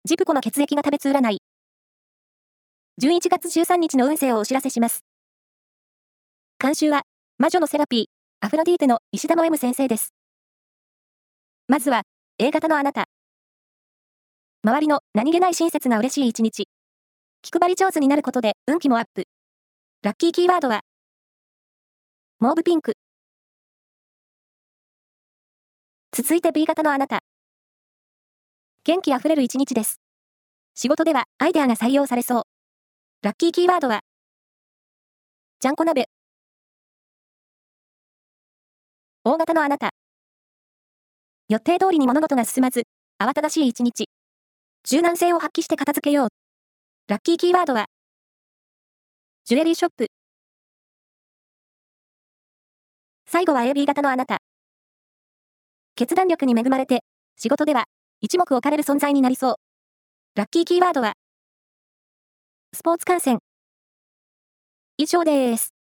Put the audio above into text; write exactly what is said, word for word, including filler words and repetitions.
ジプコの血液が食べつ占い。じゅういちがつじゅうさんにちの運勢をお知らせします。監修は、魔女のセラピー、アフロディーテの石田の M 先生です。まずは、A 型のあなた。周りの何気ない親切が嬉しい一日。気配り上手になることで運気もアップ。ラッキーキーワードは、モーブピンク。続いて B 型のあなた。元気あふれる一日です。仕事ではアイデアが採用されそう。ラッキーキーワードは、ちゃんこ鍋。O 型のあなた。予定通りに物事が進まず、慌ただしい一日。柔軟性を発揮して片付けよう。ラッキーキーワードは、ジュエリーショップ。最後は エービー 型のあなた。決断力に恵まれて、仕事では一目置かれる存在になりそう。ラッキーキーワードは、スポーツ観戦。以上です。